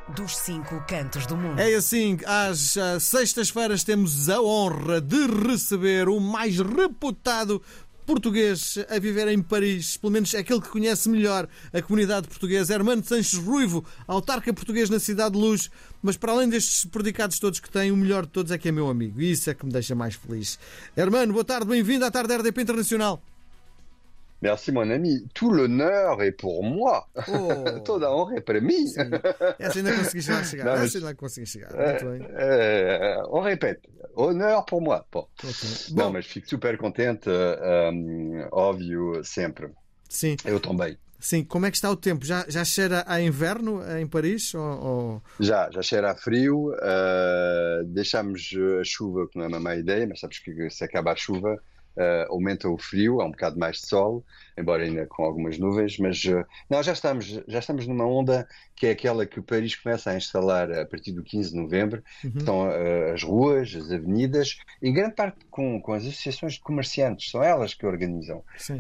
dos 5 cantos do mundo. É assim, às sextas-feiras temos a honra de receber o mais reputado português a viver em Paris, pelo menos aquele que conhece melhor a comunidade portuguesa, Hermano Sanches Ruivo, autarca português na Cidade de Luz. Mas para além destes predicados todos que tem, o melhor de todos é que é meu amigo, e isso é que me deixa mais feliz. Hermano, boa tarde, bem-vindo à Tarde RDP Internacional. Merci mon ami, tout l'honneur est pour moi. Oh. Toda a honra é para mim. Sim. Essa ainda conseguiste lá chegar. Não, mas- Essa ainda consegui chegar. Muito bem. On répète, honneur pour moi. Bom. Ok. Não, Bom, mas fico super contente, óbvio, sempre. sim, Eu também. sim. Como é que está o tempo? Já cheira a inverno em Paris? Já cheira a frio, deixamos a chuva, que não é uma má ideia, mas sabes que se acaba a chuva, aumenta o frio, há um bocado mais de sol, embora ainda com algumas nuvens, mas não, já estamos numa onda que é aquela que o Paris começa a instalar a partir do 15 de novembro, que são as ruas, as avenidas, em grande parte com as associações de comerciantes, são elas que organizam Sim.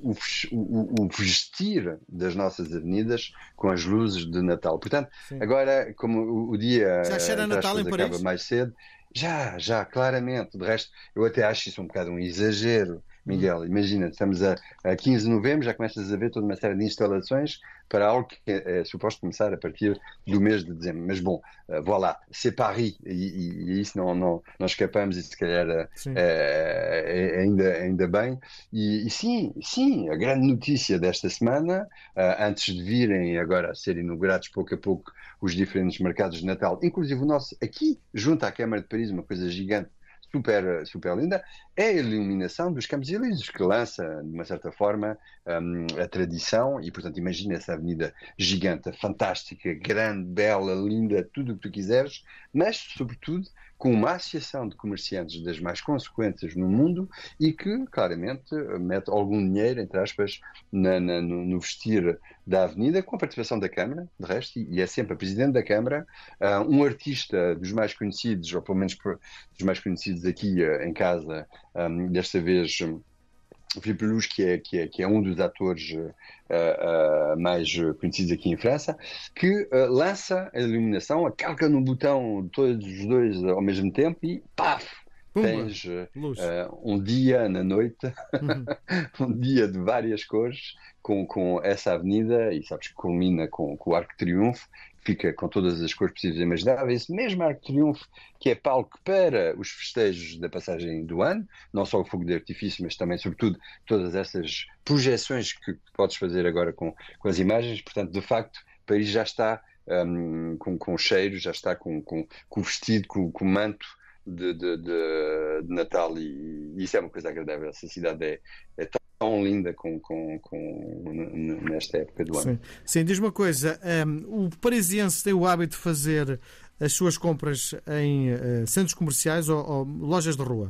o vestir das nossas avenidas com as luzes de Natal. Portanto, Sim. agora, como o dia Já cheira a entre Natal aspas, em Paris? acaba mais cedo, já, claramente. De resto, eu até acho isso um bocado um exagero, Miguel. Imagina, estamos a 15 de novembro, já começas a ver toda uma série de instalações para algo que é suposto começar a partir do mês de dezembro. Mas bom, voilà, c'est Paris, e isso não escapamos, e se calhar Sim. ainda bem. E sim, a grande notícia desta semana, antes de virem agora a ser inaugurados pouco a pouco os diferentes mercados de Natal, inclusive o nosso aqui, junto à Câmara de Paris, uma coisa gigante, super linda, é a iluminação dos Campos Elíseos, que lança, de uma certa forma, a tradição, e portanto imagina essa avenida gigante, fantástica, grande, bela, linda, tudo o que tu quiseres, mas sobretudo com uma associação de comerciantes das mais consequentes no mundo e que claramente mete algum dinheiro, entre aspas, no vestir da avenida, com a participação da Câmara, de resto, e é sempre a Presidente da Câmara, um artista dos mais conhecidos, ou pelo menos dos mais conhecidos aqui em casa, desta vez o Filipe Luz, que é um dos atores mais conhecidos aqui em França, que lança a iluminação, carga no botão todos os dois ao mesmo tempo e paf! Pumba! Tens Luz. um dia na noite, um dia de várias cores, com essa avenida, e sabes que culmina com o Arco de Triunfo, fica com todas as cores possíveis e imagináveis. Esse mesmo Arco de Triunfo que é palco para os festejos da passagem do ano, não só o fogo de artifício, mas também, sobretudo, todas essas projeções que podes fazer agora com as imagens. Portanto, de facto, Paris já está com cheiro, já está com o vestido, com o manto de Natal, e isso é uma coisa agradável. Essa cidade é tão linda nesta época do ano. Sim, diz uma coisa, o parisiense tem o hábito de fazer as suas compras em centros comerciais ou lojas de rua?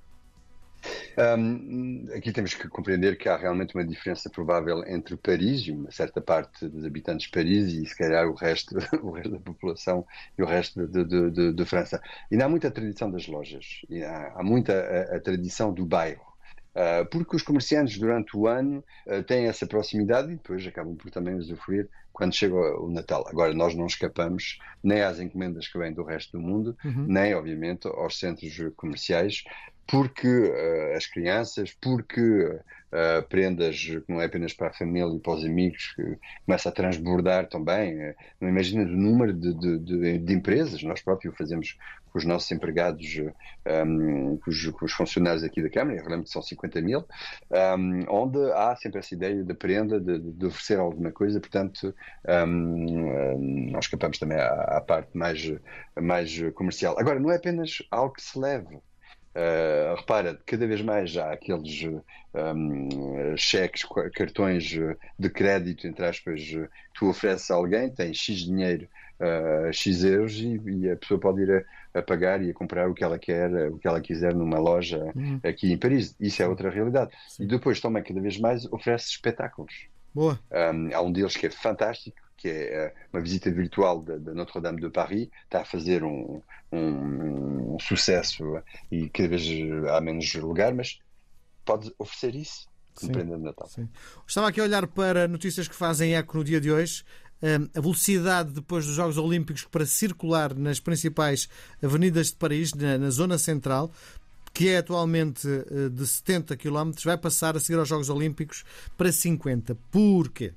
Aqui temos que compreender que há realmente uma diferença provável entre Paris e uma certa parte dos habitantes de Paris e se calhar o resto da população e o resto de França. Ainda há muita tradição das lojas, e há muita a tradição do bairro. Porque os comerciantes durante o ano têm essa proximidade e depois acabam por também usufruir quando chega o Natal. Agora, nós não escapamos nem às encomendas que vêm do resto do mundo, nem, obviamente, aos centros comerciais, porque as crianças, porque prendas que não é apenas para a família e para os amigos, que começa a transbordar também. Não imaginas o número de empresas, nós próprios fazemos com os nossos empregados, com os funcionários aqui da Câmara, eu lembro que são 50 mil, onde há sempre essa ideia da prenda, de oferecer alguma coisa. Portanto, nós escapamos também à parte mais comercial. Agora, não é apenas algo que se leve. Repara, cada vez mais já há aqueles cheques, cartões de crédito, entre aspas, que tu ofereces a alguém, tem X dinheiro, X euros, e a pessoa pode ir a pagar e a comprar o que ela quer, o que ela quiser numa loja aqui em Paris. Isso é outra realidade. Sim. E depois também cada vez mais oferece espetáculos. Boa. Há um deles que é fantástico, que é uma visita virtual da Notre-Dame de Paris. Está a fazer um sucesso e cada vez há menos lugar, mas pode oferecer isso como prenda de Natal. Sim. Estava aqui a olhar para notícias que fazem eco no dia de hoje. a velocidade depois dos Jogos Olímpicos para circular nas principais avenidas de Paris, na zona central, que é atualmente de 70 km, vai passar a seguir aos Jogos Olímpicos para 50. Porquê?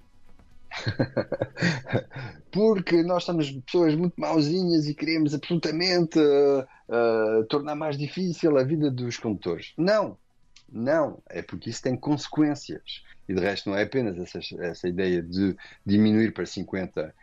Porque nós somos pessoas muito mauzinhas e queremos absolutamente tornar mais difícil a vida dos condutores. Não, é porque isso tem consequências. E de resto não é apenas essa ideia de diminuir para 50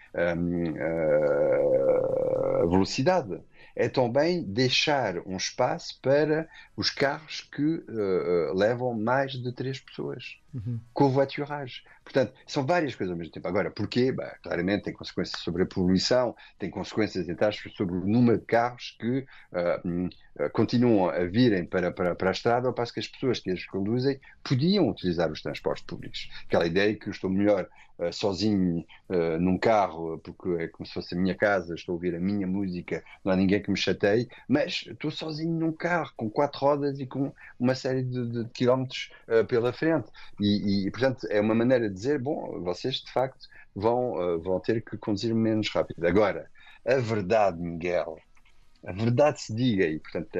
a velocidade. É também deixar um espaço para os carros que levam mais de 3 pessoas. Covoiturage. Portanto, são várias coisas ao mesmo tempo. Agora, porquê? Claramente tem consequências sobre a poluição, tem consequências sobre o número de carros que continuam a virem para a estrada, ao passo que as pessoas que as conduzem podiam utilizar os transportes públicos. Aquela ideia que eu estou melhor sozinho num carro, porque é como se fosse a minha casa, estou a ouvir a minha música, não há ninguém que me chateie, mas estou sozinho num carro, com 4 rodas e com uma série de quilómetros pela frente. E, portanto, é uma maneira de dizer, bom, vocês de facto vão ter que conduzir menos rápido. Agora, a verdade, Miguel, a verdade se diga, e portanto,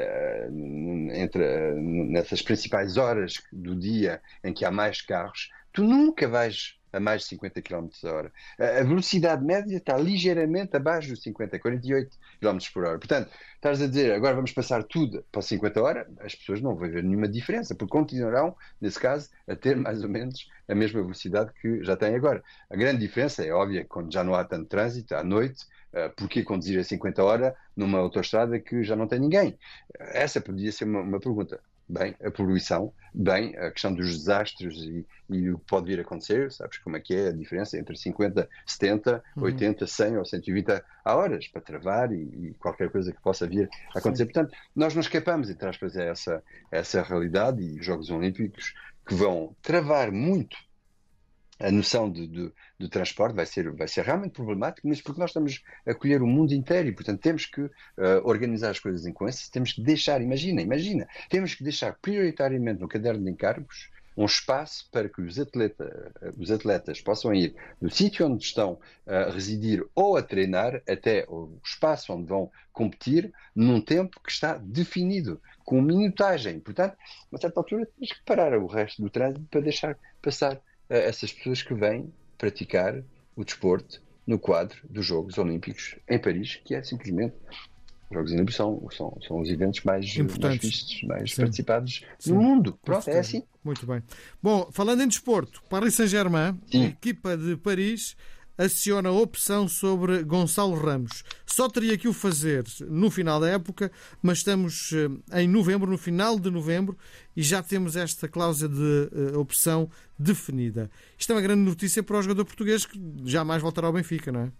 nessas principais horas do dia em que há mais carros, tu nunca vais a mais de 50 km a hora. A velocidade média está ligeiramente abaixo dos 50, 48 km por hora. Portanto, estás a dizer, agora vamos passar tudo para 50 horas, as pessoas não vão ver nenhuma diferença, porque continuarão, nesse caso, a ter mais ou menos a mesma velocidade que já têm agora. A grande diferença é óbvia, quando já não há tanto trânsito, à noite, porquê conduzir a 50 horas numa autoestrada que já não tem ninguém? Essa podia ser uma pergunta. Bem, a poluição, bem, a questão dos desastres e o que pode vir a acontecer, sabes como é que é a diferença entre 50, 70, 80, 100 ou 120 a horas para travar e qualquer coisa que possa vir a acontecer. Sim. Portanto, nós não escapamos, entre aspas, a essa realidade, e os Jogos Olímpicos que vão travar muito a noção do transporte vai ser realmente problemático, mas porque nós estamos a colher o mundo inteiro e, portanto, temos que organizar as coisas em coincidência, temos que deixar, imagina, temos que deixar prioritariamente no caderno de encargos um espaço para que os atletas possam ir do sítio onde estão a residir ou a treinar até o espaço onde vão competir num tempo que está definido, com minutagem. Portanto, a uma certa altura temos que parar o resto do trânsito para deixar passar essas pessoas que vêm praticar o desporto no quadro dos Jogos Olímpicos em Paris, que é simplesmente os Jogos Olímpicos são os eventos mais vistos, mais participados no mundo. Pronto, é assim. Muito bem. Bom, falando em desporto, Paris Saint-Germain, a equipa de Paris aciona a opção sobre Gonçalo Ramos. Só teria que o fazer no final da época, mas estamos em novembro, no final de novembro, e já temos esta cláusula de opção definida. Isto é uma grande notícia para o jogador português que jamais voltará ao Benfica, não é?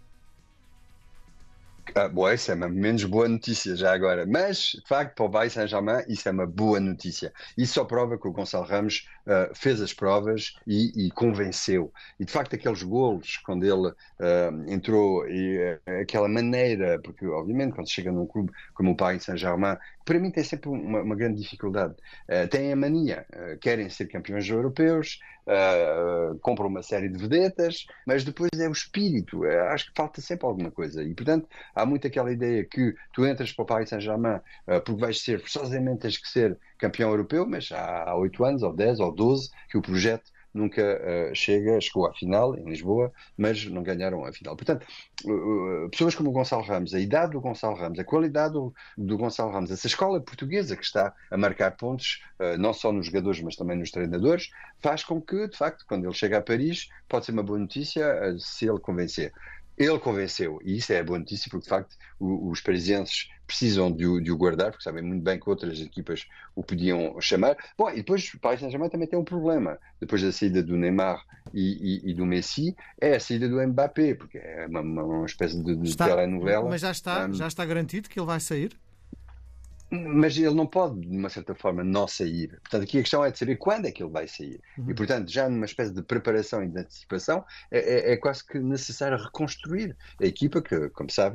Bom, isso é uma menos boa notícia já agora, mas de facto para o Paris Saint-Germain isso é uma boa notícia. Isso só prova que o Gonçalo Ramos fez as provas e convenceu. E de facto aqueles golos quando ele entrou e aquela maneira, porque obviamente quando chega num clube como o Paris Saint-Germain, para mim tem sempre uma grande dificuldade. Têm a mania, querem ser campeões europeus, compram uma série de vedetas, mas depois é o espírito. Acho que falta sempre alguma coisa. E portanto há muito aquela ideia que tu entras para o Paris Saint-Germain porque vais ser, forçosamente tens que ser campeão europeu, mas há 8 anos, ou 10, ou 12, que o projeto nunca chegou à final em Lisboa, mas não ganharam a final. Portanto, pessoas como o Gonçalo Ramos, a idade do Gonçalo Ramos, a qualidade do Gonçalo Ramos, essa escola portuguesa que está a marcar pontos, não só nos jogadores, mas também nos treinadores, faz com que, de facto, quando ele chega a Paris, pode ser uma boa notícia se ele convencer. Ele convenceu, e isso é a boa notícia, porque de facto os parisienses precisam de o guardar, porque sabem muito bem que outras equipas o podiam chamar. Bom, e depois o Paris Saint-Germain também tem um problema, depois da saída do Neymar e do Messi, é a saída do Mbappé, porque é uma espécie de telenovela. Mas já está garantido que ele vai sair? Mas ele não pode, de uma certa forma, não sair. Portanto, aqui a questão é de saber quando é que ele vai sair. E, portanto, já numa espécie de preparação e de antecipação, é quase que necessário reconstruir a equipa que, como sabes,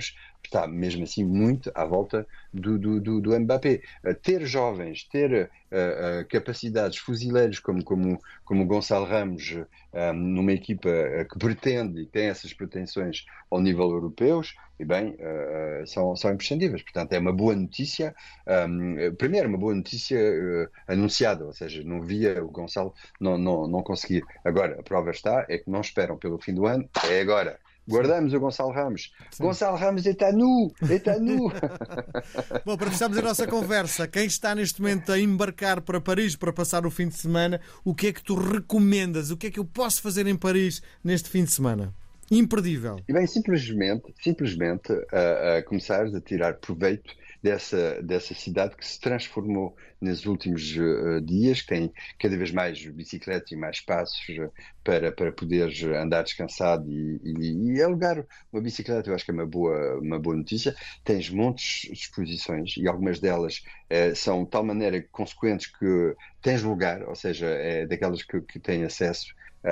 está mesmo assim muito à volta do Mbappé. Ter jovens, ter capacidades, fuzileiros como o Gonçalo Ramos, numa equipa que pretende e tem essas pretensões ao nível europeu, e bem, são imprescindíveis. Portanto, é uma boa notícia. Primeiro, uma boa notícia anunciada, ou seja, não via o Gonçalo não conseguir. Agora, a prova está, é que não esperam pelo fim do ano, é agora. Guardamos o Gonçalo Ramos. Sim. Gonçalo Ramos está nu! Está nu! Bom, para fecharmos a nossa conversa, quem está neste momento a embarcar para Paris para passar o fim de semana, o que é que tu recomendas? O que é que eu posso fazer em Paris neste fim de semana? Imperdível. E bem, simplesmente começares a tirar proveito dessa cidade que se transformou nos últimos dias, que tem cada vez mais bicicletas e mais espaços para poderes andar descansado e alugar uma bicicleta. Eu acho que é uma boa notícia. Tens montes de exposições e algumas delas são de tal maneira consequentes que tens lugar, ou seja, é daquelas que têm acesso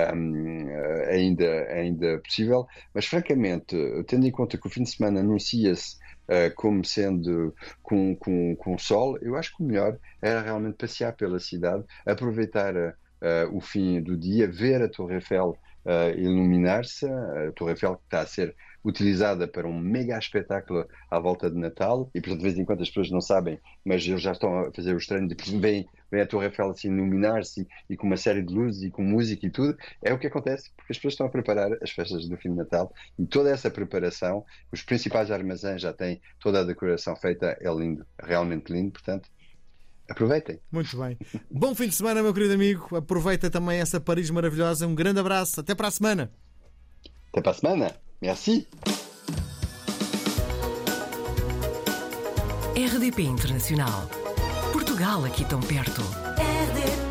ainda possível, mas francamente, tendo em conta que o fim de semana anuncia-se como sendo com sol, eu acho que o melhor era realmente passear pela cidade, aproveitar o fim do dia, ver a Torre Eiffel iluminar-se, a Torre Eiffel que está a ser utilizada para um mega espetáculo à volta de Natal, e portanto de vez em quando as pessoas não sabem, mas eles já estão a fazer os treinos e vem a Torre Eiffel assim iluminar-se e com uma série de luzes e com música e tudo. É o que acontece, porque as pessoas estão a preparar as festas do fim de Natal e toda essa preparação, os principais armazéns já têm toda a decoração feita, é lindo, realmente lindo, portanto aproveitem. Muito bem. Bom fim de semana, meu querido amigo. Aproveita também essa Paris maravilhosa. Um grande abraço. Até para a semana. Até para a semana. Merci. RDP Internacional. Portugal aqui tão perto. RDP.